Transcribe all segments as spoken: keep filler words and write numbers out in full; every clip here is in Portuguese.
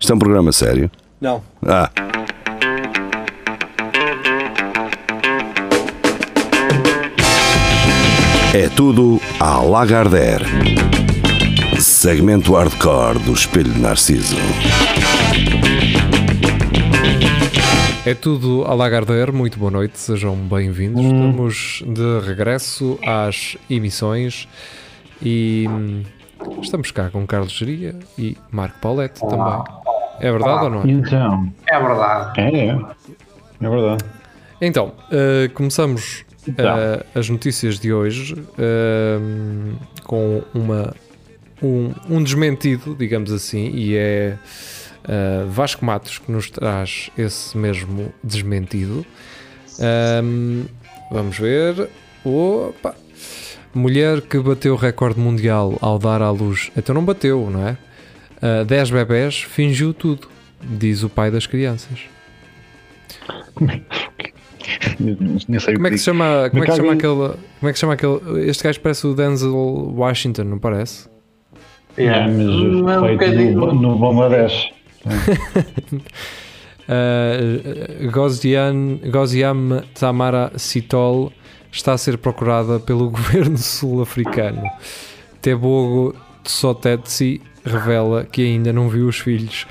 Isto é um programa sério? Não. Ah. É tudo à Lagardère. Segmento hardcore do Espelho de Narciso. É tudo à Lagardère, muito boa noite, sejam bem-vindos. Hum. Estamos de regresso às emissões e hum, estamos cá com Carlos Geria e Marco Paulette também. É verdade Olá. ou não é? Então, É verdade. é, é, é verdade. Então, uh, começamos Então. uh, as notícias de hoje uh, com uma, um, um desmentido, digamos assim, e é uh, Vasco Matos que nos traz esse mesmo desmentido. Um, vamos ver. Opa! Mulher que bateu o recorde mundial ao dar à luz. Então não bateu, não é? Uh, dez bebés, fingiu tudo, diz o pai das crianças. Nem sei Como é que se chama, como é que se chama alguém- aquele, como é que se chama aquele, este gajo parece o Denzel Washington, não parece? É, mas Hum, é um feito bocadinho- no, no Bangladesh. Uh, Ghazian, Ghaziam Tamara Sitol está a ser procurada pelo governo sul-africano. Tebogo Tsotetsi revela que ainda não viu os filhos.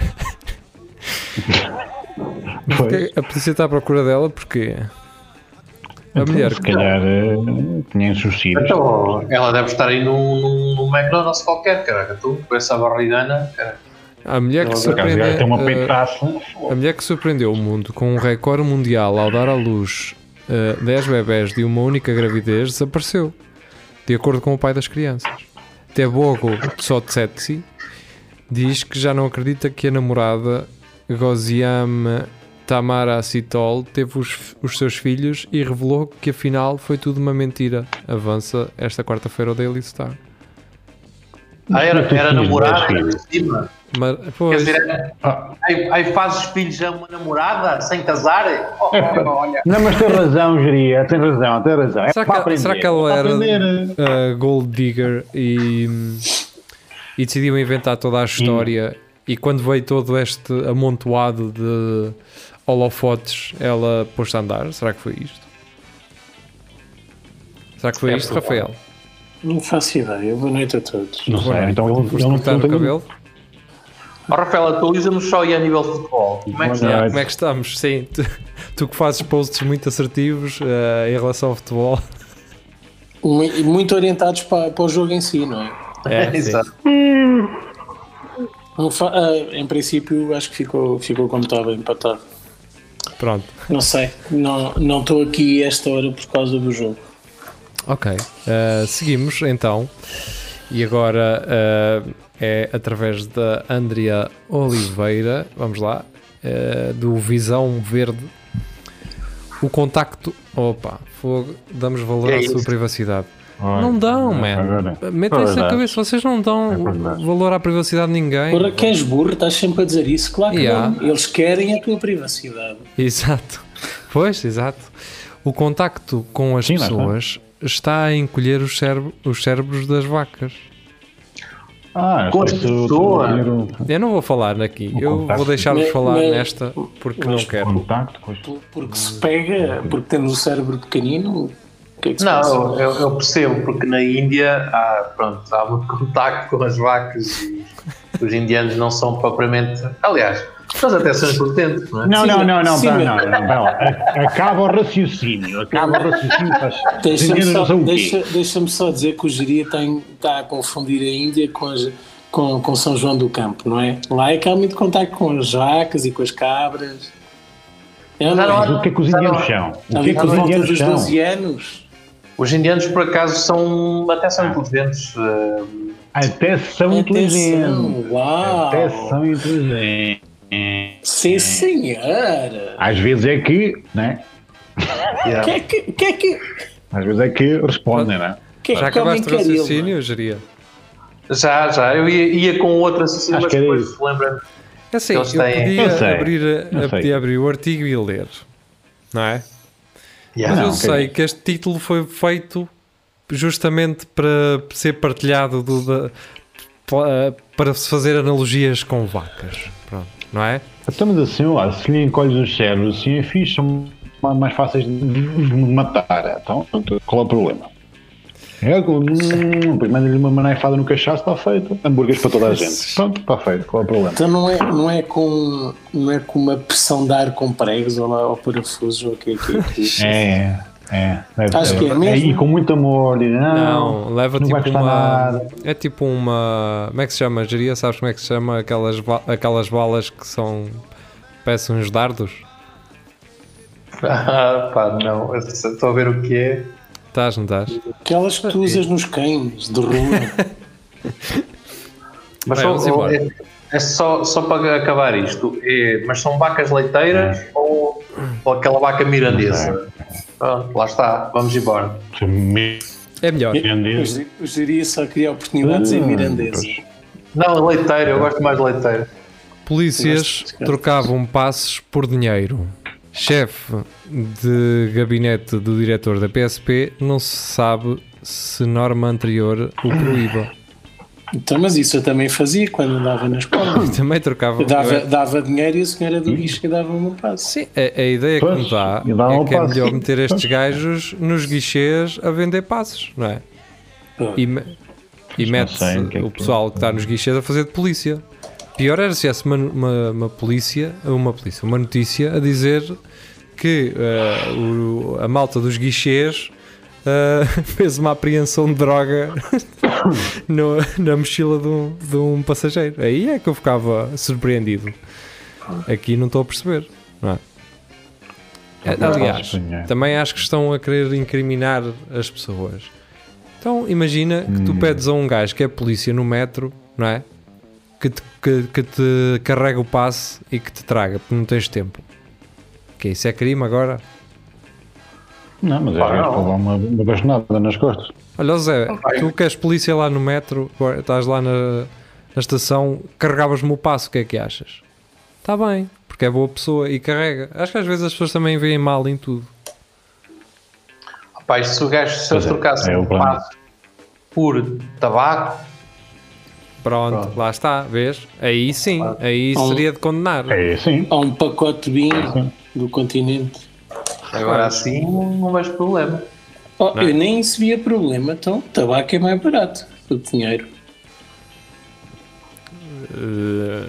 Porque a polícia está à procura dela porque a Então, mulher se calhar eh, tinha os seus filhos. Então, ela deve estar aí num, num, num McDonald's qualquer, caraca. Tu, com essa barrigana, caraca. a mulher que Por Por acaso, o gajo surpreende tem uma uh, peitaça. A mulher que surpreendeu o mundo com um recorde mundial ao dar à luz uh, dez bebés de uma única gravidez desapareceu, de acordo com o pai das crianças. Tebogo Tsotetsi diz que já não acredita que a namorada Ghaziam Tamara Sitol teve os, os seus filhos e revelou que afinal foi tudo uma mentira. Avança esta quarta-feira o Daily Star. Ah, era, era Filhos, namorada, dez ainda filhos. por cima. Mas, Quer pois, dizer, Ah, aí, aí faz os filhos a uma namorada, sem casar? Oh, oh, olha. não, mas tem razão, Geria, tem razão, tem razão. É será, para que, aprender, será que é ela para era aprender. uh, gold digger e, e decidiu inventar toda a história e quando veio todo este amontoado de holofotes ela pôs-se a andar? Será que foi isto? Será que foi É isto, provável. Rafael? Não faço ideia. Boa noite a todos. Não sei, Boa então noite. ele, Foste ele não cortar o tem cabelo? Oh, Rafael, atualiza-nos só aí a nível de futebol. Como é que Boa está? noite. Como é que estamos? Sim, tu, tu que fazes posts muito assertivos uh, em relação ao futebol. Mu- Muito orientados para, para o jogo em si, não é? É, sim. Exato. Não fa- ah, em princípio, acho que ficou, ficou como estava empatado. Pronto. Não sei. Não não estou aqui esta hora por causa do jogo. Ok, uh, seguimos então e agora uh, é através da Andrea Oliveira, vamos lá, uh, do Visão Verde, o contacto, opa, fogo, damos valor Que é à sua isso? privacidade. Olha, Não dão, agora- man, metam isso na Verdade. cabeça, vocês não dão É verdade. valor à privacidade de ninguém. Porra, que és burro, estás sempre a dizer isso. Claro que Yeah. não. Eles querem a tua privacidade. Exato, pois, exato. O contacto com as Sim, lá está. pessoas está a encolher os, cérebro, os cérebros das vacas. Ah, Com sei as se eu pessoas. estou a ver o Eu não vou falar aqui, O eu contacto. vou deixar-vos Mas- falar mas- nesta porque não mas- quero. contacto. Pois. Por- Porque se pega, porque temos o cérebro pequenino, o que é que se passa? Não, eu, eu percebo, porque na Índia há, pronto, há muito contacto com as vacas e os indianos não são propriamente. Aliás, eles até são importantes, não é? Não, Sim, não, não, não, sim, não, mas- não, não, não, A- acaba o raciocínio, acaba o raciocínio, faz Deixa-me entender só, o quê? deixa, deixa-me só dizer que o Geria tem, está a confundir a Índia com, as, com, com São João do Campo, não é? Lá é que há muito contacto com as vacas e com as cabras. É, não Já não é? há- Mas o que é que os Já não- indianos são? O Ali que é que por os volta indianos dos são? doze anos. Os indianos, por acaso, são, até são inteligentes. eh, Até são Atenção, inteligentes. uau! Até são inteligentes. Sim, senhora! Às vezes é que, né? Que é que, que, é que, Às vezes é que respondem, né? que, é Já que comem acabaste o caril, raciocínio, Geria? Já, já. Eu ia, ia com outro raciocínio, Acho mas que era depois isso. lembra-me. É assim, Eles eu têm- podia, Eu sei, abrir, a- eu sei. podia abrir o artigo e ler, não é? Yeah. Mas Não, eu ok. sei que este título foi feito justamente para ser partilhado do, da- pa- para se fazer analogias com vacas. Pronto. não é? Estamos assim, lá, se lhe encolhes os cérebros, assim é fixe, são mais fáceis de matar. Então, qual é o problema? É, hum, manda-lhe uma manifada no cachaço, está feito. Hambúrgueres para toda a gente. Pronto, está feito. Qual é o problema? Então não é, não é, com, não é com uma pressão de ar com pregos ou, lá, ou parafusos ou o que é que é isso? É, é. Deve Acho ser. que é mesmo. E com muito amor. E, não, Não, leva não vai tipo custar uma. nada. É tipo uma. Como é que se chama? Geria? Sabes como é que se chama? Aquelas, ba- aquelas balas que são. Parecem uns dardos? Ah, pá, não. Eu estou a ver o que é. Estás, não estás? Aquelas que tu usas nos cães de rua. Mas Bem, vamos só, embora. é, é só, só para acabar isto. É, mas são vacas leiteiras ou, ou aquela vaca mirandesa? Pronto, lá está. Vamos embora. É melhor. Eu eu diria só queria oportunidades em mirandesa. Não, leiteira. Eu gosto mais de leiteira. Polícias trocavam passes por dinheiro. Chefe de gabinete do diretor da P S P não se sabe se norma anterior o proíba. Então, mas isso eu também fazia quando andava na escola. Também trocava. Eu dava, dava dinheiro e a senhora do guichê dava-me um passo. Sim, a, a ideia que Pois, me dá e dá é um que é passo. melhor meter estes gajos nos guichês a vender passos, não é? E, me- e Mas não mete sei o que é o que- pessoal que está nos guichês a fazer de polícia. Pior era se tivesse uma, uma, uma polícia, uma polícia, uma notícia a dizer que eh, o- a malta dos guichês eh, fez uma apreensão de droga no- na mochila de um, de um passageiro. Aí é que eu ficava surpreendido. Aqui não estou a perceber, não é? Eh, Aliás, Sim, também acho que estão a querer incriminar as pessoas. Então imagina que tu Hum. pedes a um gajo que é polícia no metro, não é? Que te, que, que te carrega o passe e que te traga, porque não tens tempo. Que isso é crime agora? Não, mas é Pá, gajo não. para levar uma, uma bastonada nas costas. Olha, Zé, vai. tu que és polícia lá no metro, agora estás lá na, na estação, carregavas-me o passo, o que é que achas? Está bem, porque é boa pessoa e carrega. Acho que às vezes as pessoas também veem mal em tudo. Rapaz, se o gajo se eu Pois é, trocasse é o um plano. passo por tabaco, Pronto, Pronto. lá está, vês? Aí sim, aí Bom. seria de condenar. É assim. Há um pacote de vinho do continente. agora assim não vejo problema. Oh, Não é? eu nem se via problema, então tabaco é mais barato do que dinheiro. Eh,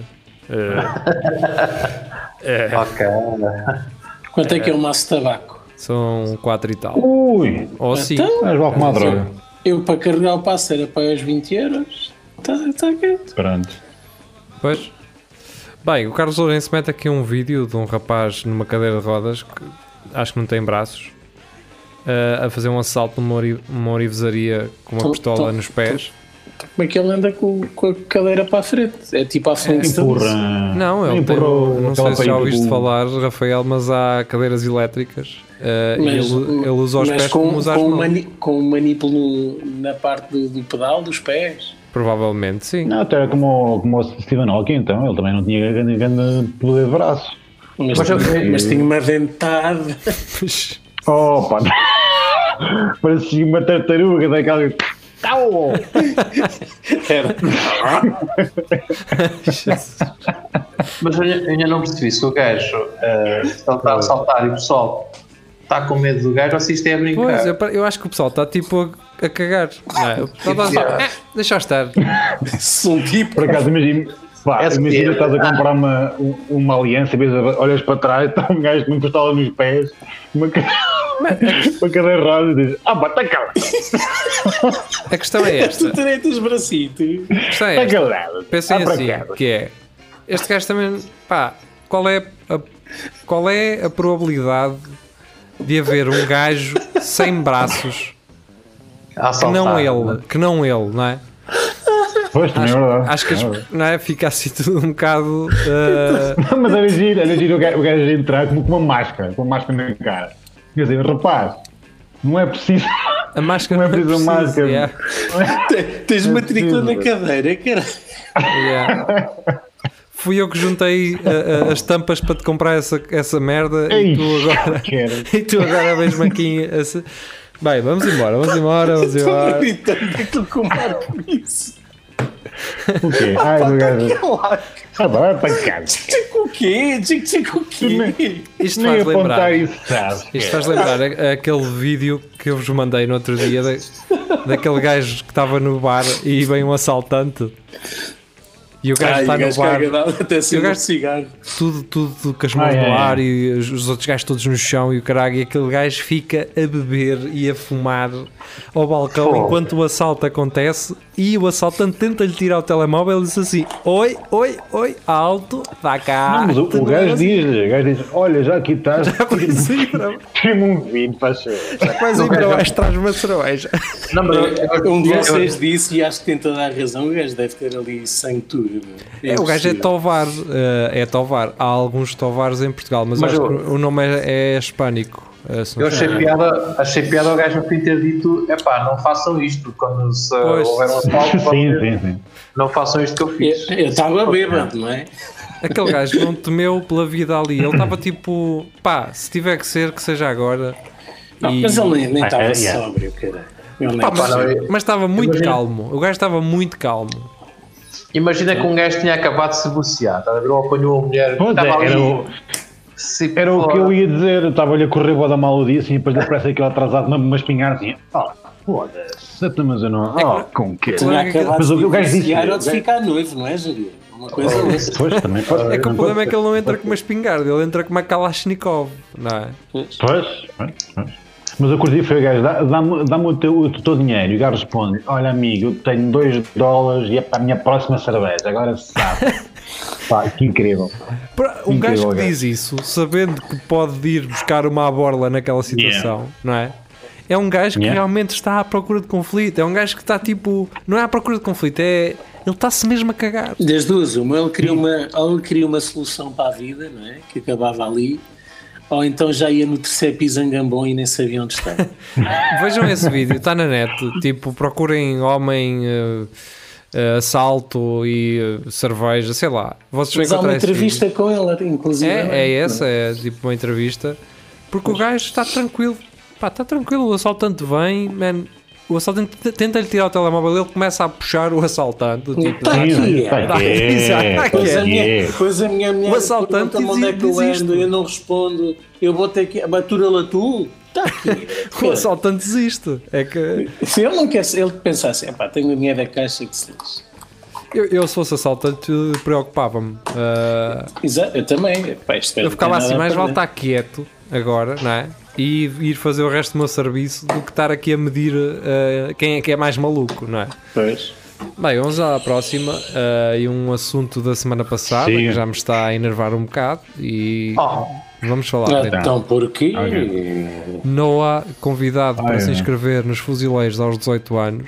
eh, Ok. Quanto é que é o maço de tabaco? são quatro e tal. Ui, Ou sim. Então, mas vale fumar droga. eu para carregar o passo era para os vinte euros. Está tá quieto. Pronto. Pois. Bem, o Carlos Lourenço mete aqui um vídeo de um rapaz numa cadeira de rodas que acho que não tem braços eh, a fazer um assalto numa ori- uma orivesaria com uma Tô- pistola tô- nos pés. Como é que ele anda com, com a cadeira para a frente? É tipo a Flintstones. Empurra. Não, ele tem, empurrou não sei aquela se já peita ouviste do- falar, Rafael, mas há cadeiras elétricas eh, e Mas- ele, ele usa os mas pés com, como usa as com, um mãos. mani, com um manípulo na parte do, do pedal dos pés. Provavelmente, sim. Não, até era como, como o Stephen Hawking, então ele também não tinha grande, grande poder de braço. Mas, Mas eu- mas tinha uma dentada. Opa! Parecia uma tartaruga daquela. Tau! Era. Mas eu ainda- eu ainda não percebi se o gajo eh, se ele está a saltar e o pessoal está com medo do gajo ou se isto é a brincar. Pois, eu, eu acho que o pessoal está tipo a, a cagar. Não é? O pessoal está só, "Eh, deixa eu estar. Se um tipo. Por acaso, imagina, pá, Esse imagina que é. estás a comprar uma, uma aliança e vês, olhas para trás, está um gajo com uma pistola nos pés, uma, ca- uma cadeira rosa e dizes: Ah, pá, está calado, A questão é esta. Tu direito os bracitos. A questão é está esta. calado. Pensem Ah, para assim, cá. que é, este gajo também, pá, qual é a, qual é a probabilidade de haver um gajo sem braços A que não assaltar. ele, que não ele, não é? Pois, também é verdade. Acho que É as- verdade. não é? Fica assim tudo um bocado eh, Não, mas era giro, era giro o gajo, o gajo entrar como com uma máscara, com uma máscara na cara. Quer dizer, rapaz, não é preciso. a máscara Não é preciso máscara. yeah, Tens matrícula na cadeira, cara. yeah. Fui eu que juntei eh, eh, as tampas para te comprar essa, essa merda e Ei, tu agora quero. e tu agora vês-me aqui a se- bem, vamos embora, vamos embora, vamos Estou embora. gritando aquilo com o Marco isso. O quê? Ai, o gajo. Calaca. Ah, vai para casa. Tic-tic o quê? Tic-tic o quê? Isto Nem faz lembrar. apontar isso, sabe? Isto faz lembrar a- aquele vídeo que eu vos mandei no outro dia da- daquele gajo que estava no bar e vem um assaltante e o gajo Ai, está o no gajo bar, caga até o sem gajo- um cigarro. tudo, tudo com as mãos Ah, no é, ar é. e os, os outros gajos todos no chão e o caralho, e aquele gajo fica a beber e a fumar ao balcão Foda. enquanto o assalto acontece e o assaltante tenta-lhe tirar o telemóvel e diz assim: Oi, oi, oi, alto, dá cá. Não, mas o, Tu o não gajo és- diz, o gajo diz, olha, já aqui estás, vais ir para- tira-me um vinho, faz favor. vais ir para baixo, traz uma cerveja. Não, mas eu- Um de eu- vocês disse, e acho que tem toda a razão, o gajo deve ter ali sangue tudo. É, o gajo é tovar, eh, é tovar. Há alguns tovares em Portugal, mas, Mas acho eu- que o nome é, é hispânico. eh, se não Eu achei piada, achei piada ao gajo no fim ter dito: epá, não façam isto quando se Pois. houver um assalto, Sim, vocês sim, sim. não façam isto que eu fiz. Eu estava bêbado, não é? Aquele gajo não temeu pela vida ali. Ele estava tipo, pá, se tiver que ser, que seja agora. Não, E- mas ele nem- nem Ah, estava é, yeah. sóbrio, caralho. Ele nem Pá, estava mas, não, eu- mas estava muito imagina- calmo. O gajo estava muito calmo. Imagina que um gajo tinha acabado de se divorciar, estás a ver? Ou apanhou a mulher. Pois é, estava ali, era o, se era o que for- eu ia dizer, eu estava-lhe a correr boa da mal o dia, assim, e depois aparece aquele atrasado, uma, uma espingarda assim, oh, foda-se, mas eu não, oh, com que Tinha acabado Mas de o- o gajo disse- divorciar ou o de gajo- ficar noivo, não é, Jair? Uma coisa dessa. Pois, também pode É que o não problema é pode que ele não entra com uma espingarda, ele entra com uma Kalashnikov, não é? Pois, pois, pois. Mas eu curti foi o gajo, dá- dá-me dá o, teu, o teu dinheiro, e o gajo responde, olha amigo, eu tenho dois dólares e é para a minha próxima cerveja, agora se sabe. Pá, que incrível. Para- Um Incrível, gajo que gajo. diz isso, sabendo que pode ir buscar uma à borla naquela situação, não é? É um gajo que Yeah. realmente está à procura de conflito. É um gajo que está tipo. Não é à procura de conflito, é. Ele está-se mesmo a cagar. Das duas, uma, ele queria uma, ou ele queria uma solução para a vida, não é? Que acabava ali, ou então já ia no terceiro pisangambão e nem sabia onde estava. Vejam esse vídeo, está na net. Tipo, procurem homem, eh, eh, assalto e eh, cerveja, sei lá. Vocês Mas há vão uma encontrar esse vídeo. entrevista com ele, inclusive. É, é essa, é tipo uma entrevista. Porque o gajo está tranquilo. Pá, está tranquilo, o assaltante vem, man. O assaltante t- tenta-lhe tirar o telemóvel, ele começa a puxar o assaltante. do Tipo, Tá aqui, Sim, é. tá Dá- aqui, Exato, tá aqui Depois a, aqui. minha, depois a minha mulher O assaltante pergunta-me onde é que eu desiste. ando, eu não respondo, eu vou ter que. Batura-la tu? Está aqui. o assaltante desiste. É que Se ele não quer, se ele pensar assim, pá, tenho a dinheiro da caixa que se lixe. eu, eu se fosse assaltante, preocupava-me. Ah, Exato, eu também. Pá, isto eu não ficava tem nada assim, a mais vale perder. estar quieto agora, não é? E ir fazer o resto do meu serviço do que estar aqui a medir ah, quem é que é mais maluco, não é? Pois. Bem, vamos à próxima. ah, e um assunto da semana passada Sim. que já me está a enervar um bocado e Oh, vamos falar. então. Então, porquê? Noah, convidado Ah, para é. se inscrever nos Fuzileiros aos dezoito anos,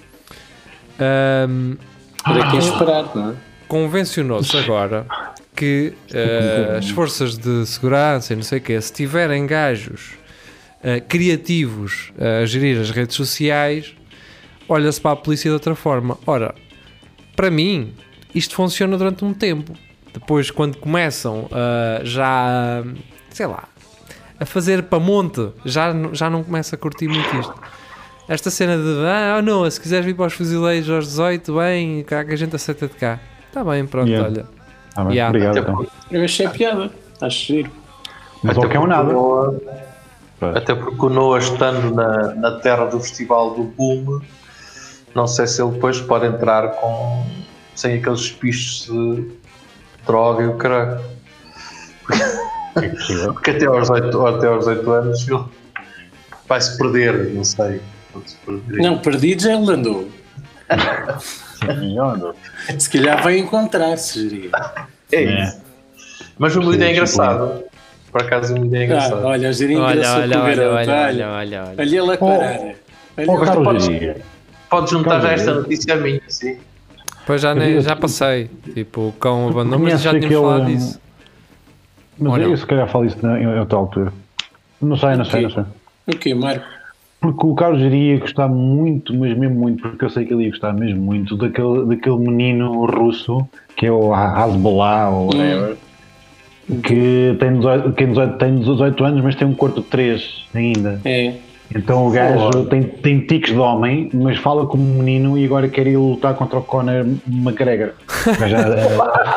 ahm, Para quem esperar, não é? convencionou-se agora que ah, as forças de segurança e não sei o quê, se tiverem gajos ah, criativos a gerir as redes sociais, olha-se para a polícia de outra forma. Ora, para mim, isto funciona durante um tempo. Depois, quando começam a já, sei lá, a fazer para monte, já, n- já não começa a curtir muito isto. Esta cena de, ah, não, se quiseres vir para os fuzileiros aos dezoito, bem, cá que a gente aceita de cá. Está bem, pronto, Yeah. olha. Ah, bem, Yeah. obrigado, até, então. Eu achei piada. Acho giro. Mas até ao que é um porque nada. o Noah- Pois. até porque o Noah estando na, na terra do festival do Boom, não sei se ele depois pode entrar com sem aqueles pichos de droga e o caralho. É possível. Porque até aos oito, até aos oito anos ele vai-se perder, não sei. Pode-se perder. Não, perdido já ele andou. Sim, olha. Se calhar vai encontrar-se, giro. É É. isso. Mas o miúdo é engraçado. Por acaso o miúdo é Ah, engraçado. olha, o girinho Olha, engraçou olha, com o olha, garoto. olha, Olha, olha, olha, olha. olha ele a parar. Olha Oh, ele a Carlos parar. Dias. Podes juntar já Carlos, esta é. notícia a mim, sim. Depois já, nem, já passei. Tipo, o cão abandonou, mas Conheces já tínhamos aquele, falado hum, disso. Mas Ou não? eu se calhar falo isso na- em outra altura. Não sei, não sei, não sei. O quê, Marco? Porque o Carlos iria gostar muito, mas mesmo muito, porque eu sei que ele ia gostar mesmo muito daquele, daquele menino russo que é o Hasbulla ou whatever, que tem dezoito, que tem dezoito tem dezoito anos, mas tem um corpo de três ainda. É. Então o gajo tem, tem tiques de homem, mas fala como um menino e agora quer ir lutar contra o Conor McGregor. O gajo é-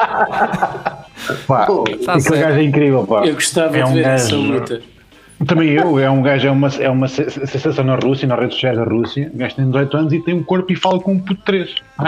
pá, Tá aquele certo. gajo é incrível, pá. Eu gostava É de um ver gajo- essa luta. Também eu, é um gajo, é uma, é uma se- se- sensação na Rússia, nas redes sociais da Rússia. O gajo tem dezoito anos e tem um corpo e fala com um puto três.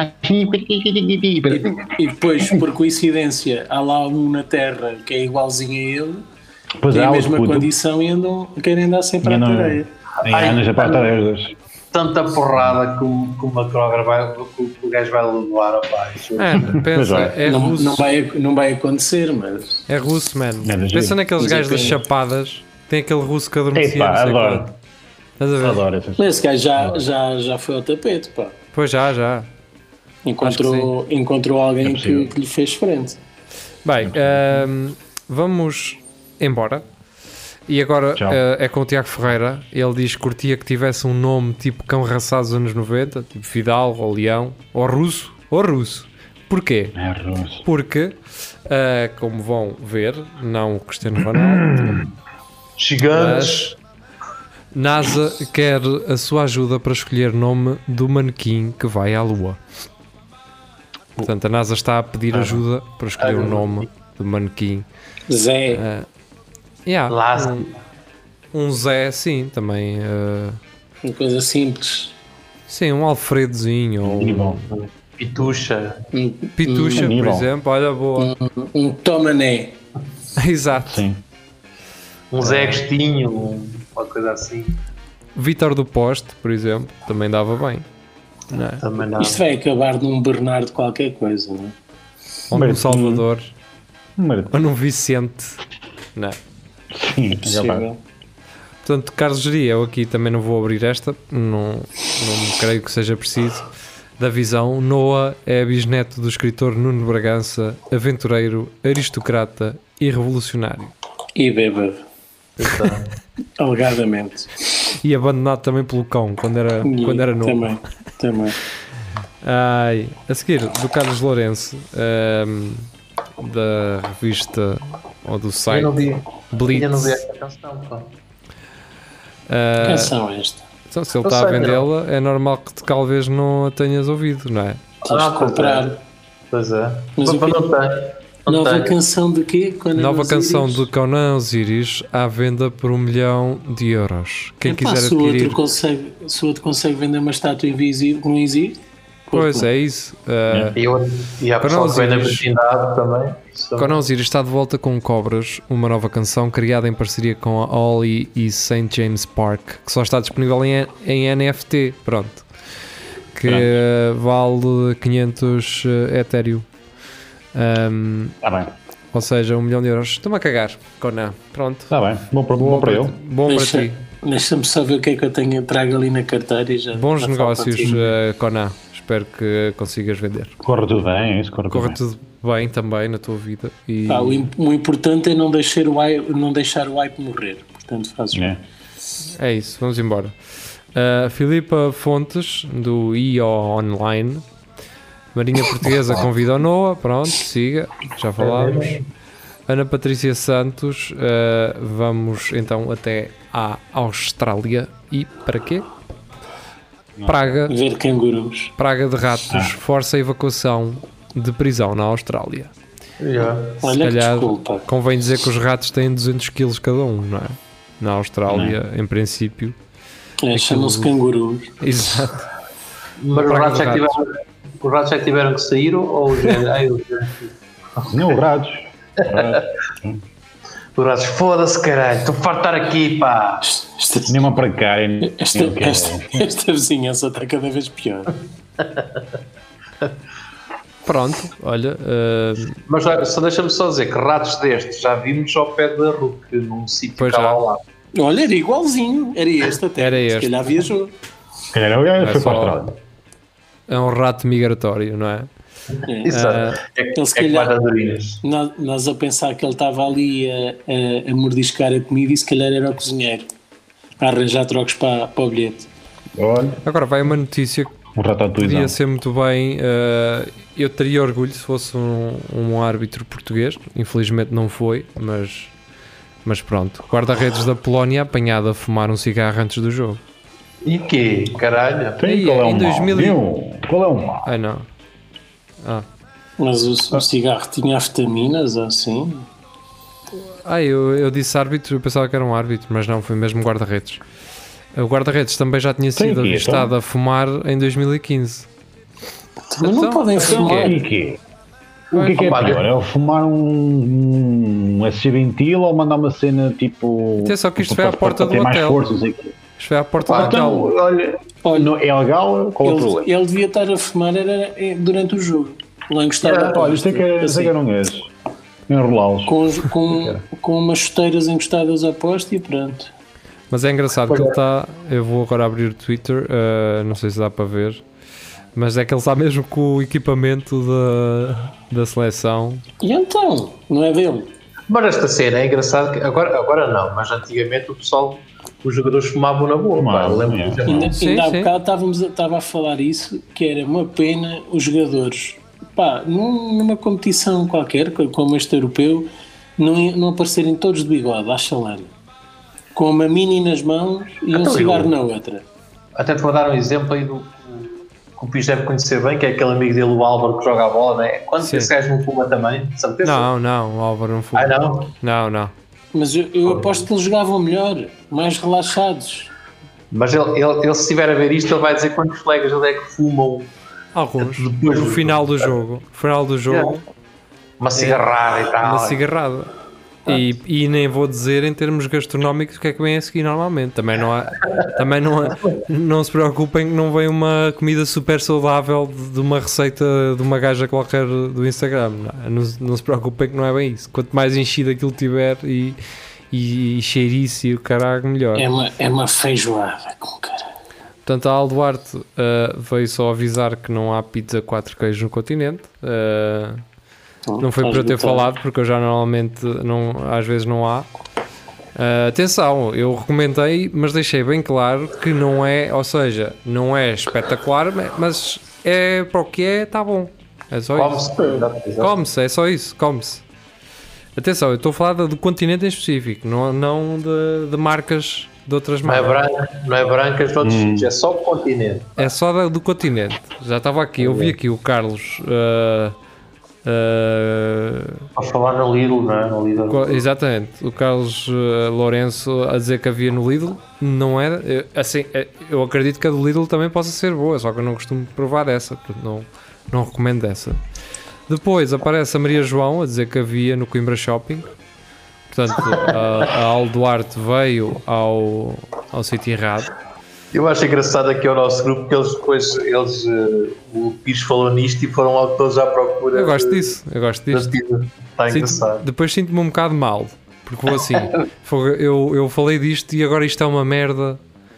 E, e depois, por coincidência, há lá um na Terra que é igualzinho a ele, Pois tem é, a há mesma outro puto. condição e andam, querem andar sempre à tareia. Ai, anda já para a os dois. Tanta porrada que o, que o McGregor vai, que o gajo vai levar abaixo. Mano, pensa, Pois é Não, russo. não, vai, não vai acontecer, mas É russo, mano. É de Pensa giro. naqueles Mas é gajos das pena. chapadas. Tem aquele russo que adormecia. Epá, não sei adoro. quando. Estás a ver? Adoro essas. esse gajo já, já, já foi ao tapete, pá. Pois já, já. Encontrou, encontrou alguém É que, possível. que lhe fez frente. Bem, ahm, vamos embora. E agora Tchau. ah, é com o Tiago Ferreira. Ele diz que curtia que tivesse um nome tipo cão raçado dos anos noventa, tipo Fidalgo ou Leão, ou Russo, ou Russo. Porquê? É russo. Porque, ah, como vão ver, não o Cristiano Ronaldo, Gigantes. NASA quer a sua ajuda para escolher nome do manequim que vai à Lua. Portanto, a NASA está a pedir ajuda para escolher o nome do manequim. Zé, Ah, yeah, Lá- um, um Zé, sim, também. ah, uma coisa simples. sim, um Alfredozinho ou E um bom. Pitucha. Um, Pitucha, por Aníbal. exemplo. Olha, boa. um, um Tomané. Exato. Sim. Um Zé Agostinho. um- Uma coisa assim. Vítor do Poste, por exemplo, também dava bem. Não é? Também não. Isto vai acabar num Bernardo qualquer coisa, não é? Ou num Martim. Salvador, Mas, ou num Vicente. Não é? sim, é capaz. Possível. Portanto, Carlos Geria, eu aqui também não vou abrir esta, não, não creio que seja preciso. Da visão, Noah é bisneto do escritor Nuno Bragança, aventureiro, aristocrata e revolucionário. E bêbado, Então, alegadamente. E abandonado também pelo cão quando era, E quando era novo. Também, também. Ai, a seguir, do Carlos Lourenço, ahm, da revista ou do eu site não vi. Blitz. Eu não vi esta canção, pá. Ah, Canção esta. então, se ele Eu está a sei, vendê-la, é normal que talvez não a tenhas ouvido, não é? Tens Ah, de pois comprar. é. Pois é. Mas Mas o quê? não tem. Não Nova tenho. canção de quê? Quando Nova nos canção íris? de Conan Osiris à venda por um milhão de euros. Quem Epá, quiser se o adquirir. outro consegue, se o outro consegue vender uma estátua invisível que não existe, Pois não. é isso. Ah, E, eu, e há Para pessoal nós que vem na íris. vecindade também. Isso também. Conan Osiris está de volta com Cobras, uma nova canção criada em parceria com a Ollie e Saint James Park, que só está disponível em, em N F T, pronto, que eh, vale quinhentos uh, Ethereum, Um, Está bem, ou seja, um milhão de euros. Estou-me a cagar, Conan, pronto. está bem. Bom para, bom para ele. Bom para Deixa- ti. Deixa-me só ver o que é que eu tenho, trago ali na carteira e já. Bons já falo negócios, contigo. uh, Conan. Espero que consigas vender. Corre tudo bem, é isso, corre, Corra tudo bem. tudo bem também na tua vida. E Pá, o, im- o importante é não deixar o hype, não deixar o hype morrer. Portanto, fazes É. é isso, vamos embora. Uh, Filipa Fontes, do I O Online. Marinha Portuguesa convida o Noah, pronto, siga, já falámos. Ana Patrícia Santos, uh, vamos então até à Austrália. E para quê? Praga, ver cangurus. praga de ratos, força a evacuação de prisão na Austrália. Yeah. Se Olha que calhar desculpa. convém dizer que os ratos têm duzentos quilos cada um, não é? Na Austrália, em princípio. É, chamam-se cangurus. Exato. Mas os praga ratos, de já que ratos. tiveram, os ratos já que tiveram que sair ou os ai, os- Não, ratos. os ratos, foda-se caralho, estou farto de estar aqui, pá. Esta, Nem uma para cá. e nem- esta, nem o que é. esta, esta vizinhança está cada vez pior. Pronto, olha. uh, Mas olha, só deixa-me só dizer que ratos destes já vimos ao pé da R U C, num sítio Pois cá já. lá. Olha, era igualzinho. Era este até. Era Se este. calhar viajou. Se calhar o gajo É foi só- para a Austrália. é um rato migratório, não é? É. Exato. é ele é se que calhar- mais andorinhas. Nós, nós a pensar que ele estava ali a, a, a mordiscar a comida e se calhar era o cozinheiro. A arranjar trocos para, para o bilhete. Olha, Agora vai uma notícia que um ratatouille. podia ser muito bem. uh, eu teria orgulho se fosse um, um árbitro português. Infelizmente não foi, mas Mas pronto, guarda-redes da Polónia apanhado a fumar um cigarro antes do jogo. E quê? Caralho. Tem, Aí, qual é em o dois mil e- mal? Viu? Qual é o mal? Ah, não. Ah, Mas o, o cigarro tinha vitaminas assim? ah eu, eu disse árbitro, eu pensava que era um árbitro, mas não, foi mesmo guarda-redes. O guarda-redes também já tinha Tem sido aqui, avistado então? a fumar em dois mil e quinze. Mas não Então, podem então fumar. E quê? O que é que é Opa, pior? É o fumar um, um S C ventil ou mandar uma cena tipo. Atenção que isto para- foi à porta para do ter mais hotel. força, não sei o quê. Isto foi à porta Pá, do Então, hotel. olha, Olha, não- é legal? Qual é o problema? ele, ele devia estar a fumar era, é, durante o jogo. Lá encostado Yeah, à Olha, isto é que é- poste, isto é que assim, eram esses. Enrolá-los. com, os- com, com umas chuteiras encostadas à poste e pronto. Mas é engraçado que ele está. Eu vou agora abrir o Twitter, uh, não sei se dá para ver, mas é que ele está mesmo com o equipamento da, da seleção. E então? Não é dele? Mas esta cena é engraçado que agora, agora não, mas antigamente o pessoal, os jogadores fumavam na boa. Pá, Fumavam, lembro é. que já- Ainda, Sim, ainda há sim. bocado estávamos a, estava a falar isso, que era uma pena os jogadores, pá, num- numa competição qualquer, co- como este europeu, não, não aparecerem todos de bigode, à chalana, com uma mini nas mãos e um Então, cigarro eu- na outra. Até te vou dar um exemplo aí do que o Pires deve conhecer bem, que é aquele amigo dele, o Álvaro, que joga a bola, não é? Quando Sim. esse gajo não fuma também, de certeza? Não, não, o Álvaro não fuma. Ah, não? Não, não. Mas eu, eu aposto que eles jogavam melhor, mais relaxados. Mas ele, ele, ele, se estiver a ver isto, ele vai dizer quantos colegas ele é que fumam Alguns. Depois No do- final do jogo. No final do jogo, uma cigarrada e tal. uma cigarrada. E, e nem vou dizer em termos gastronómicos o que é que vem a seguir normalmente. Também não há, também não, há, não se preocupem que não vem uma comida super saudável de, de uma receita de uma gaja qualquer do Instagram. Não, não, se- não se preocupem que não é bem isso. Quanto mais enchido aquilo tiver e, e, e cheirice e o caralho, melhor. É uma, é uma feijoada com cara. Portanto, a Alduarte uh, veio só avisar que não há pizza quatro queijos no continente. Uh, não foi para eu ter falado, porque eu já normalmente, não, às vezes não há. Uh, atenção, eu recomendei, mas deixei bem claro que não é, ou seja, não é espetacular, mas é para o que é, está bom. É só isso. Come-se. Exato, exato. Come-se, é só isso, come-se. Atenção, eu estou a falar do do continente em específico, não, não de, de marcas de outras Não é, marcas. branca, não é brancas de outros sítios, é só o continente. É só da- do continente. Já estava aqui, eu vi aqui o Carlos. uh, uh, A falar no Lidl, não é? No Lidl. co- exatamente, o Carlos uh, Lourenço a dizer que havia no Lidl. Não era. eu- Assim, eh, eu acredito que a do Lidl também possa ser boa, só que eu não costumo provar essa, portanto não, não recomendo essa. Depois aparece a Maria João a dizer que havia no Coimbra Shopping. Portanto, a, a Alduarte veio ao, ao sítio errado. Eu acho engraçado aqui ao nosso grupo que eles depois, eles, eh, o Pires falou nisto e foram logo todos à procura. Eu gosto de- disso, eu gosto da disto. pizza. Está Sinto- engraçado. depois sinto-me um bocado mal, porque vou assim, fogo, eu, eu falei disto e agora isto é uma merda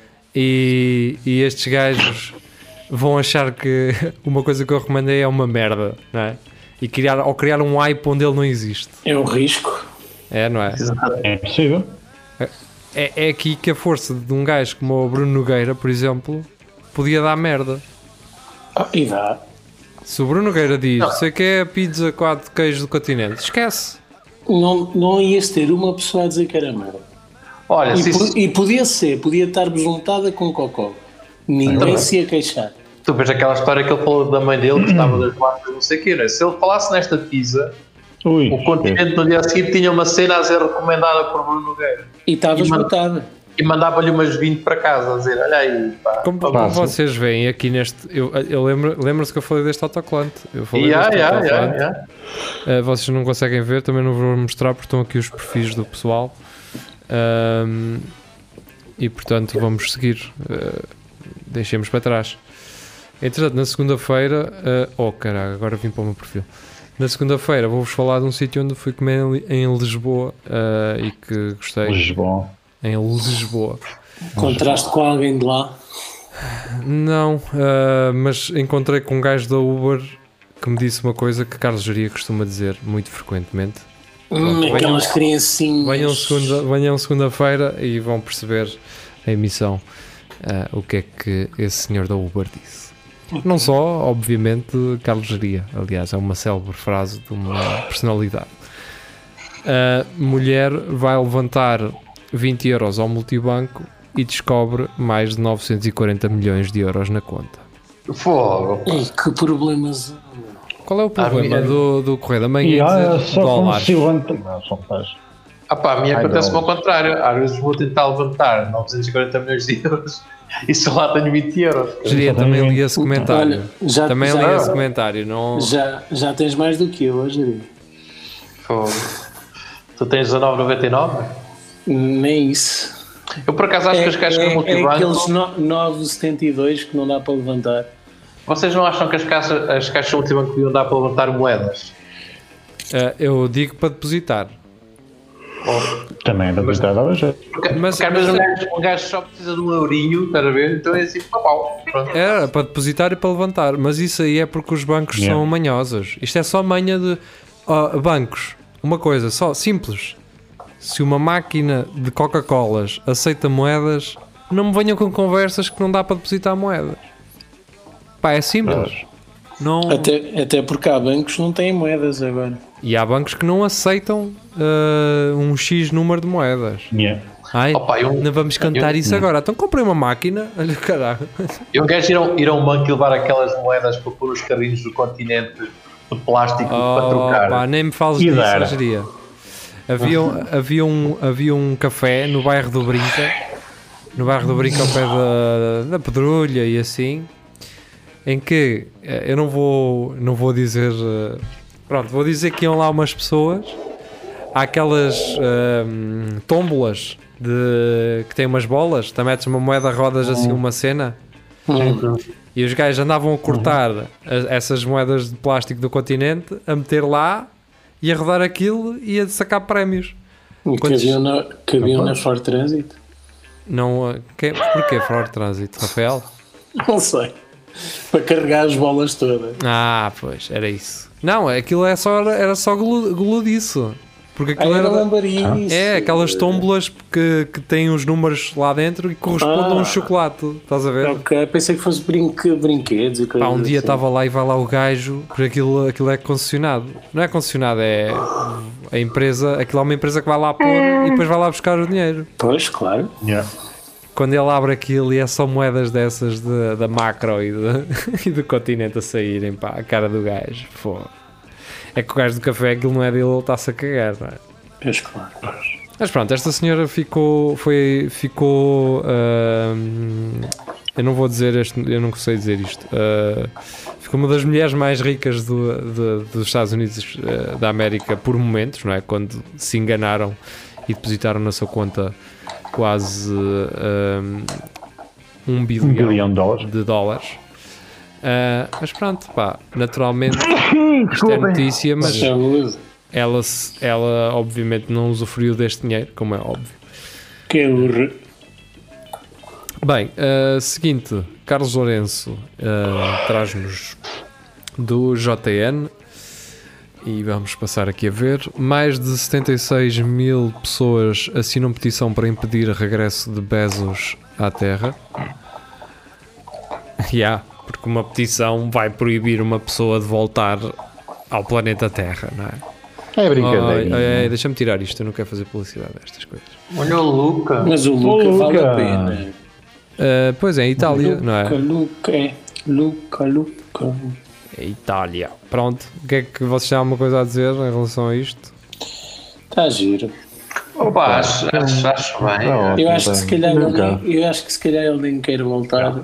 e, e estes gajos vão achar que uma coisa que eu recomendei é uma merda, não é? E criar, ou criar um hype onde ele não existe, É o risco. é, não é? É possível. É, é aqui que a força de um gajo como o Bruno Nogueira, por exemplo, podia dar merda. Ah, e dá. Se o Bruno Nogueira diz, sei que é a pizza quatro queijos do continente, esquece. Não, não ias ter uma pessoa a dizer que era merda. Olha, E, se po- isso, e podia ser, podia estar besuntada com cocó. Ninguém se ia queixar. tu vês aquela história que ele falou da mãe dele, que estava das marcas, não sei o quê, não é? Se ele falasse nesta pizza, Ui, o continente no dia seguinte tinha uma cena a ser recomendada por Bruno Nogueira. E estava E manda- esgotada. E mandava-lhe umas vinte para casa a dizer: olha aí, pá. Como, como Fácil. vocês veem aqui neste. Eu, eu lembro, lembro-se que eu falei deste autocolante. Eu falei Yeah, deste yeah, autocolante. yeah, yeah. Uh, vocês não conseguem ver, também não vou mostrar porque estão aqui os perfis do pessoal. Um, e portanto vamos seguir. Uh, deixemos para trás. Entretanto, na segunda-feira. Uh, oh caralho, agora vim para o meu perfil. Na segunda-feira vou-vos falar de um sítio onde fui comer em, Li- em Lisboa uh, e que gostei. Lisboa. Em Lisboa. Contraste com alguém de lá. Não, uh, mas encontrei com um gajo da Uber que me disse uma coisa que Carlos Geria costuma dizer muito frequentemente. Hum, venham- aquelas criancinhas. Venham segunda, venham segunda-feira e vão perceber a emissão uh, o que é que esse senhor da Uber disse. Não só, obviamente, Carlos Geria. Aliás, é uma célebre frase de uma personalidade. A mulher vai levantar vinte euros ao multibanco e descobre mais de novecentos e quarenta milhões de euros na conta. Fogo. Ei, que problemas. Qual é o problema Ah, do, do Correio da Manhã E em olha, dizer só como dólares? se levanta. Não, são pais. Ah pá, a minha Ai, acontece-me ao dólares. contrário. Às vezes vou tentar levantar novecentos e quarenta milhões de euros e só lá tenho vinte euros. Geria, também li esse comentário. Olha, já, também já, li esse comentário. Não... já, já tens mais do que eu hoje. Fogo. Tu tens dezenove vírgula noventa e nove? Nem isso. Eu por acaso acho que as caixas é, do é multibanco. aqueles no- nove vírgula setenta e dois que não dá para levantar. Vocês não acham que as caixas, as caixas do multibanco deviam dar para levantar moedas? Ah, eu digo para depositar. Também era depositar, dava jeito. Porque, Mas- porque às vezes mas- um gajo, um gajo só precisa de um eurinho, estás a ver? Então é assim, pau, pau. Pronto. Era para depositar e para levantar, mas isso aí é porque os bancos Yeah. são manhosos. Isto é só manha de ó, bancos. Uma coisa, só simples. Se uma máquina de Coca-Colas aceita moedas, não me venham com conversas que não dá para depositar moedas. Pá, é simples. Não... Até, até porque há bancos que não têm moedas agora. E há bancos que não aceitam ah, um X número de moedas. Yeah. Ai, Opa, eu- não vamos cantar eu- isso agora. Então comprei uma máquina. Olha, caralho. E um gajo ir a um, ir a um banco e levar aquelas moedas para pôr os carrinhos do continente de plástico para trocar. Oh, pá, nem me fales E disso, dar. hoje havia, um- havia, um, havia um café no bairro do Brinca, no bairro do Brinca ao pé da, da Pedrulha e assim, em que eh, eu não vou, não vou dizer, eh, pronto, vou dizer que iam lá umas pessoas, há aquelas ehm, tómbolas de, que têm umas bolas, tu metes uma moeda, rodas assim uma cena. E os gajos andavam a cortar as- essas moedas de plástico do continente, a meter lá e a rodar aquilo e a sacar prémios. Que Quantos- haviam na, que haviam na Ford Transit. Não, uh, que, porquê Ford Transit, Rafael? Não sei. Para carregar as bolas todas. Ah, pois, era isso. Não, aquilo é só, era só golo, golo disso. Porque Ah, aquilo era era, lambarinho. isso. é aquelas tómbolas que, que têm os números lá dentro e correspondem a um Ah. chocolate, estás a ver? Ok, pensei que fosse brinque, brinquedos e coisas Pá, um dia assim. estava lá e vai lá o gajo, porque aquilo, aquilo é concessionado. Não é concessionado, é a empresa, aquilo é uma empresa que vai lá pôr e depois vai lá buscar o dinheiro. Pois, claro. Yeah. Quando ele abre aquilo e é só moedas dessas de- da macro e, de- e do continente a saírem, pá, a cara do gajo. Pô. É que o gajo do café, aquilo não é dele, ele está-se a cagar, não é? Pois, claro. Mas pronto, esta senhora ficou, foi, ficou, ahm, eu não vou dizer este, eu não sei dizer isto, ah, ficou uma das mulheres mais ricas do, de- dos Estados Unidos ah, da América por momentos, não é? Quando se enganaram e depositaram na sua conta quase ahm, um bilhão, Um bilhão de dólares. de dólares. Ah, mas pronto, pá, naturalmente isto é notícia, mas Saúde. ela, se- ela obviamente não usufruiu deste dinheiro, como é óbvio. Que é o re- Bem, uh, seguinte, Carlos Lourenço uh, traz-nos do J N e vamos passar aqui a ver. Mais de setenta e seis mil pessoas assinam petição para impedir o regresso de Bezos à Terra. Yeah, porque uma petição vai proibir uma pessoa de voltar ao planeta Terra, não é? É brincadeira. Ai, ai, ai, deixa-me tirar isto, eu não quero fazer publicidade destas coisas. Olha o Luca. Mas o Luca Ô, vale Luca. a pena. Uh, pois é, em Itália, Luca, não é? Luca, é. Luca, Luca. É Itália. Pronto, o que é que vocês têm alguma coisa a dizer em relação a isto? Está giro. Opa, acho, acho, acho bem. Tá Eu acho que se calhar Luca. ele, eu acho que se calhar ele nem quer voltar.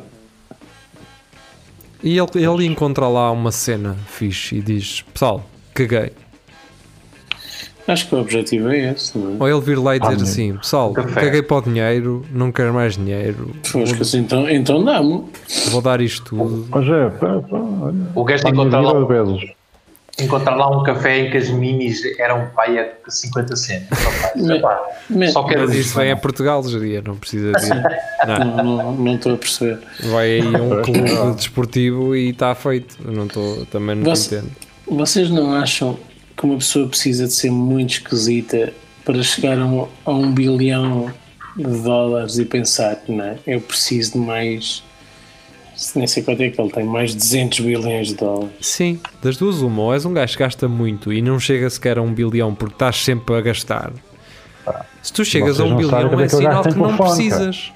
E ele, ele encontra lá uma cena fixe e diz: pessoal, caguei. Acho que o objetivo é esse, não é? Ou ele vir lá e dizer Ah, assim: pessoal, Café. caguei para o dinheiro, não quero mais dinheiro, Pois que assim, então, então dá-me. vou dar isto tudo. Mas é, pá, pá, olha. O gajo Pá, encontra minha lá, vida de Bezos. encontrar lá um café em que as minis eram pai a cinquenta cêntimos. Me- me- Só quero Mas dizer. isso vem a Portugal, geria, não precisa de ir. Não, Não, não, não estou a perceber. vai aí a um clube desportivo e está feito. Eu não estou, também não Você- entendo. Vocês não acham que uma pessoa precisa de ser muito esquisita para chegar a um, a um bilhão de dólares e pensar, não é? Eu preciso de mais Nem sei quanto é que ele tem, mais de duzentos bilhões de dólares. Sim, das duas uma, ou és um gajo que gasta muito e não chega sequer a um bilhão porque estás sempre a gastar. Se tu chegas Vocês a um não sabem bilhão quanto é é que eu sinal gasto em que não telefone, precisas.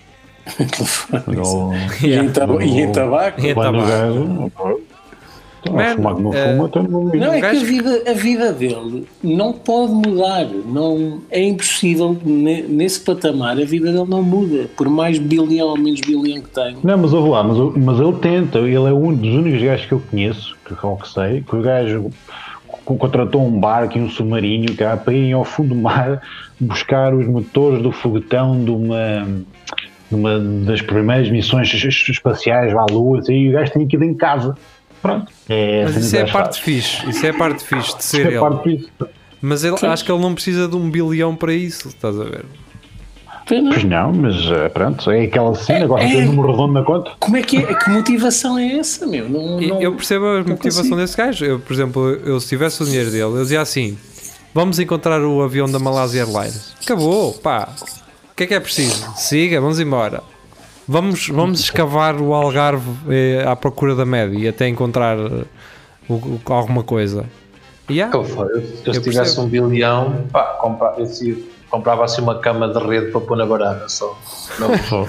Eu- E, Yeah. em taba- e em tabaco? E em Quando o tabaco. gajo. Então, a Man, fumar como eh, fuma, então não Não, é que gajo- a vida, a vida dele não pode mudar. Não, é impossível, ne- nesse patamar, a vida dele não muda. Por mais bilhão ou menos bilhão que tenha. Não, mas ouve lá, mas, mas ele tenta, ele é um dos únicos gajos que eu conheço, que, que, que sei, que o gajo co- contratou um barco e um submarino cá para irem ao fundo do mar buscar os motores do foguetão de uma, de uma das primeiras missões espaciais à Lua, e o gajo tem aquilo em casa. Pronto. É, Mas assim isso é a que parte fixe, isso é a parte fixe de ser é ele. parte disso. Mas ele, acho que ele não precisa de um bilhão para isso, estás a ver? Pena. Pois não, mas eh, pronto, é aquela cena, gosta de ter é. um número redondo na conta. Como é que é? Que motivação é essa, meu? Não, E não- eu percebo a motivação consigo. desse gajo. Eu, por exemplo, eu se tivesse o dinheiro dele, eu dizia assim: vamos encontrar o avião da Malaysia Airlines. Acabou, pá. O que é que é preciso? Siga, vamos embora. Vamos, vamos escavar o Algarve eh, à procura da média e até encontrar eh, o- o- alguma coisa. E há. Eu, eu, se eu Eu tivesse percebo. um bilhão, pá, compra, eu se- comprava assim uma cama de rede para pôr na varanda só. Não,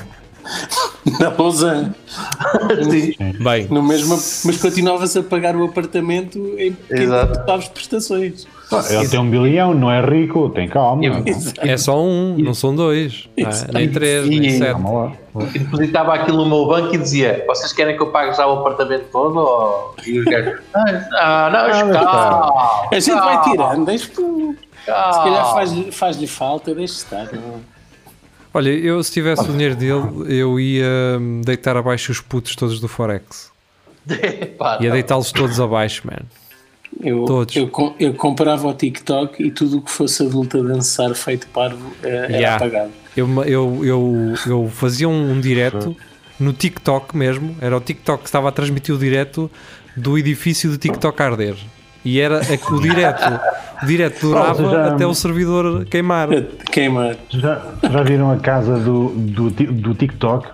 Na Lausanne. Sim. Bem, No mesmo, mas continuavas a pagar o apartamento em Exato. pequenas prestações. Ele tem um bilhão, não é rico, tem calma. E- é só um, não são dois, não é? Nem três, E- nem e- sete. Calma lá. E depositava aquilo no meu banco e dizia: vocês querem que eu pague já o apartamento todo? Ou... E os gajos: ah, não, Ah, mas calma, A gente vai calma, tirando, deixa. Se calma. calhar faz-lhe faz-lhe falta, deixa estar. não? Olha, eu se tivesse o dinheiro dele, eu ia hum, deitar abaixo os putos todos do Forex. Pá, Ia tá. deitá-los todos abaixo, man. Eu, Todos. eu, com- eu comprava o TikTok e tudo o que fosse adulto a dançar feito parvo eh, era Yeah. apagado. Eu, eu, eu, eu fazia um, um direto no TikTok mesmo, era o TikTok que estava a transmitir o direto do edifício do TikTok a arder. E era a- o direto, o direto durava Oh, já- até o servidor queimar. Queimar. Já, já viram a casa do, do, ti- do TikTok?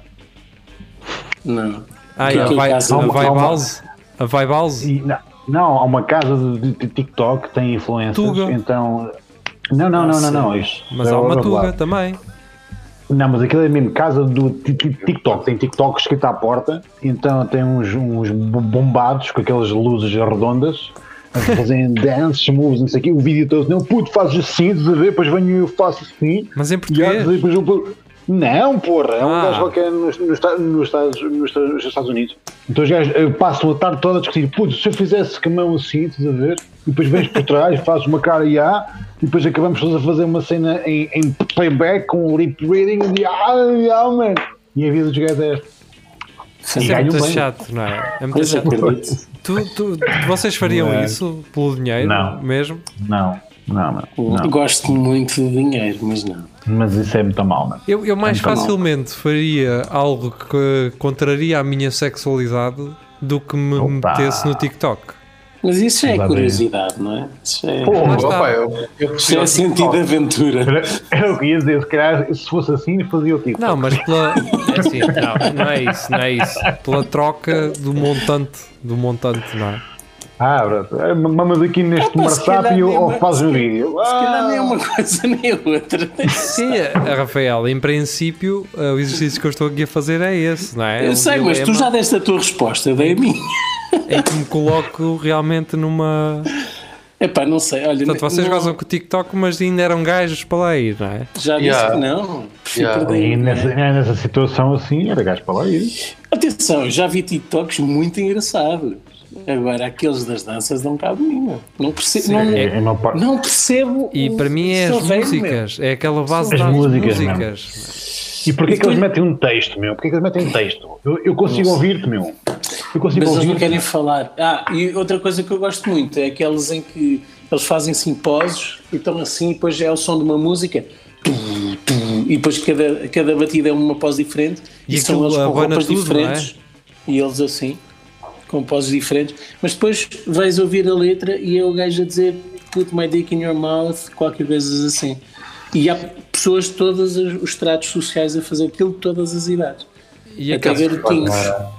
Não. Ah, Que e a é que Vai- casa- a Há uma- Vibe há uma- House? A Vibe House? E, não, não, há uma casa de, de TikTok que tem influências, Tuga. então... Não, não, não, não, não, isso. Mas é há uma outra tuga lado. também. Não, mas aquilo é mesmo casa do ti- ti- TikTok, tem TikTok escrito à porta, então tem uns, uns bo- bombados com aquelas luzes redondas, a fazerem dances, moves, não sei o quê, o vídeo todo, não, puto, fazes assim, estás a ver, depois venho e eu faço assim, Mas em e português? depois eu... Não, porra, é um Ah. gajo qualquer nos, nos, Esta- nos, Estados, nos Estados- nos Estados Unidos. Então os gajos eh, passam a tarde toda a discutir, puto, se eu fizesse com a mão assim, estás a ver, e depois vens por trás, fazes uma cara e ah, e depois acabamos todos a fazer uma cena em, em playback com lip reading e ah, ah, man. E a vida dos gajos é esta. Isso E é ganham muito bem. chato, não é? É muito Pois chato. acredito. Tu, tu, vocês fariam Não é. isso pelo dinheiro Não. mesmo? Não, não, não, não. Gosto muito de dinheiro, mas não. Mas isso é muito mal, mano. Eu, eu mais Muito mal. facilmente faria algo que contraria a minha sexualidade do que me Opa. metesse no TikTok. Mas isso já é Lá vem. curiosidade, não é? Isso é, Lá Pô, está. Opa, eu, eu isso é sentido de aventura. era, era o que ia dizer, se calhar se fosse assim fazia o tipo. Não, mas pela. É assim, não, não é isso, não é isso. Pela troca do montante, do montante, não é? Ah, pronto, é, mamas aqui neste Opa, se calhar WhatsApp e nem ou uma- fazes o se- vídeo. Se calhar nem é Ah. uma coisa nem a outra. Sim, a Rafael, em princípio, eh, o exercício que eu estou aqui a fazer é esse, não é? É Eu um sei, mas tu dilema já deste a tua resposta, eu dei a minha. em que me coloco realmente numa. Epá, não sei, olha. Portanto, vocês não- gozam com o TikTok, mas ainda eram gajos para lá ir, não é? Já disse Yeah. que não. Prefiro Yeah. perder. E nessa, nessa situação assim, era gajo para lá ir. Atenção, já vi TikToks muito engraçados. Agora, aqueles das danças dão cabo nenhuma. Não percebo. Não, É, é uma parte. não percebo. E o- para mim é sou as velho, músicas, é aquela base de As dados de músicas, músicas. E porquê E que eles depois- metem um texto, meu? Porquê que eles metem um texto? Eu, eu consigo ouvir-te, meu. Eu consigo Mas eles não ouvir-te. querem falar. Ah, e outra coisa que eu gosto muito é aqueles em que eles fazem assim poses e estão assim, e depois é o som de uma música. Tum, tum, e depois cada, cada batida é uma pose diferente. E E, são aquilo eles com abana roupas tudo, diferentes. E eles assim, com poses diferentes. Mas depois vais ouvir a letra e é o gajo a dizer put my dick in your mouth, qualquer coisa assim. E há pessoas de todos os os estratos sociais a fazer aquilo de todas as idades. E Até aqueles, garotinhos.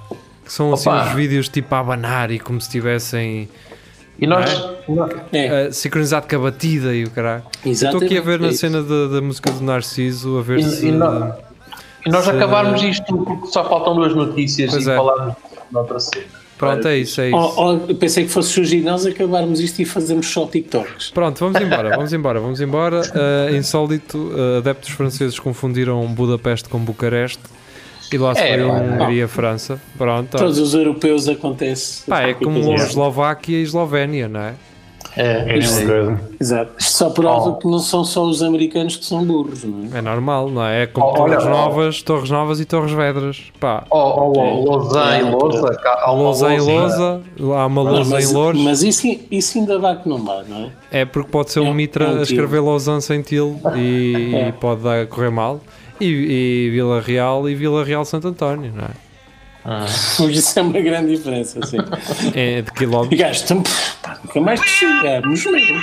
que são assim Opa. uns vídeos tipo a abanar e como se estivessem E nós. É, uh, sincronizado com a batida e o caralho. Estou exatamente. aqui a ver na É isso. cena da, da música do Narciso, a ver E, se. e nós, e nós se- acabarmos isto porque só faltam duas notícias Pois e é. falarmos noutra cena. Pronto, é isso, é isso. Oh, oh, eu pensei que fosse surgir nós acabarmos isto e fazermos só TikToks. Pronto, vamos embora, vamos embora, vamos embora. Uh, insólito, uh, adeptos franceses confundiram Budapeste com Bucareste e lá se É, foi pá. a Hungria-França. Pronto, Todos os europeus acontece. pá, é como Coisa a assim. Eslováquia e a Eslovénia, não é? É, É a mesma coisa. Exato. Isto só prova Oh. que não são só os americanos que são burros, não é? É normal, não é? É como Oh, Torres olha, oh. Novas, Torres Novas e Torres Vedras. Pá, Oh, oh, oh, Lausanne e É. Lousa. Há uma Lousa em Lousa. Lousa, há uma Não, Lousa em mas, Loures. mas isso, isso ainda dá que não dá, não é? É porque pode ser um É um- mitra é um a tiro. escrever Lausanne sem til e, É. e pode dar, correr mal. E, e Vila Real e Vila Real Santo António, não é? Isso é uma grande diferença, assim. É de E quilómetros. gastam, pá, nunca mais chegamos mesmo.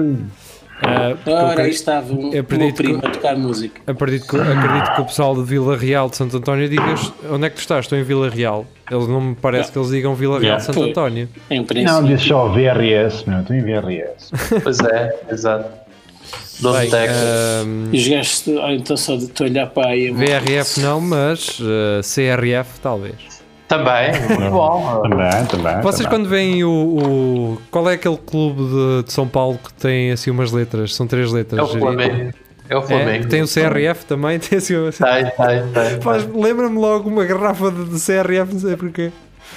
Ah, Ora, ok. aí estava um, Eu o acredito meu primo que- a tocar música. Acredito que, acredito que o pessoal de Vila Real de Santo António diga onde é que tu estás? Estou em Vila Real. Eles não me parece que eles digam Vila Real Yeah. de Santo Foi. António. Em Não, princípio. disse só V R S, meu. Estou em V R S. Pois é, exato. Doze Bem, Texas. ahm, E os gajos, ah, então só de te olhar para aí. V R F não, mas ah, C R F talvez. Também, muito bom. Também, também. Vocês também. quando veem o, o- qual é aquele clube de, de São Paulo que tem assim umas letras? São três letras. É o Flamengo. É o É, Flamengo. que tem o C R F também, tem assim, assim. Tem, tem, tem. Faz- Lembra-me logo uma garrafa de, de C R F, não sei porquê.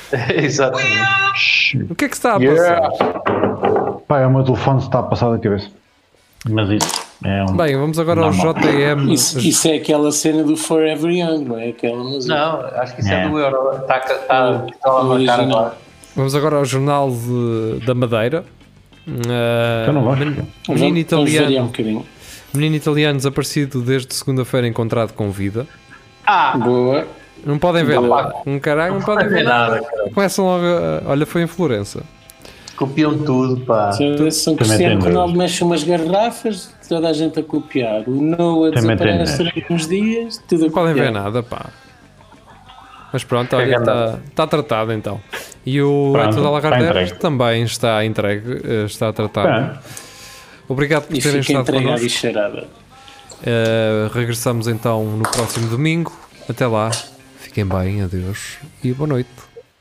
Exatamente. O que é que se está a passar? Yeah. Pá, o meu telefone se está a passar da cabeça. Mas isso é um. Bem, vamos agora ao Normal. J M. Isso, isso é aquela cena do Forever Young, não é? Aquela música. Não, acho que isso é, É. do Euro. Está, está, está lá a marcar Original. agora. Vamos agora ao Jornal de- da Madeira. Uh, Eu não gosto. men- Vamos- menino vamos variar um italiano, bocadinho. menino italiano desaparecido desde segunda-feira encontrado com vida. Ah, Boa. Não podem ver Opa. nada. Um caralho, não podem não ver é nada. nada, cara. Começam logo a, olha, foi em Florença. Copiam tudo, pá. Se São Também Cristiano tem Ronaldo mexe umas garrafas, toda a gente a copiar. O Noah Também tem desaparece dois. durante uns dias, tudo a Não podem copiar. ver nada, pá. Mas pronto, olha, que está tá tratado então. E o Pronto, Heitor da está Lagardère entregue. também está entregue, eh, está tratado. Pá, Obrigado por E terem fica estado entregue à connosco. bicharada. Uh, regressamos então no próximo domingo. Até lá, fiquem bem, adeus e boa noite.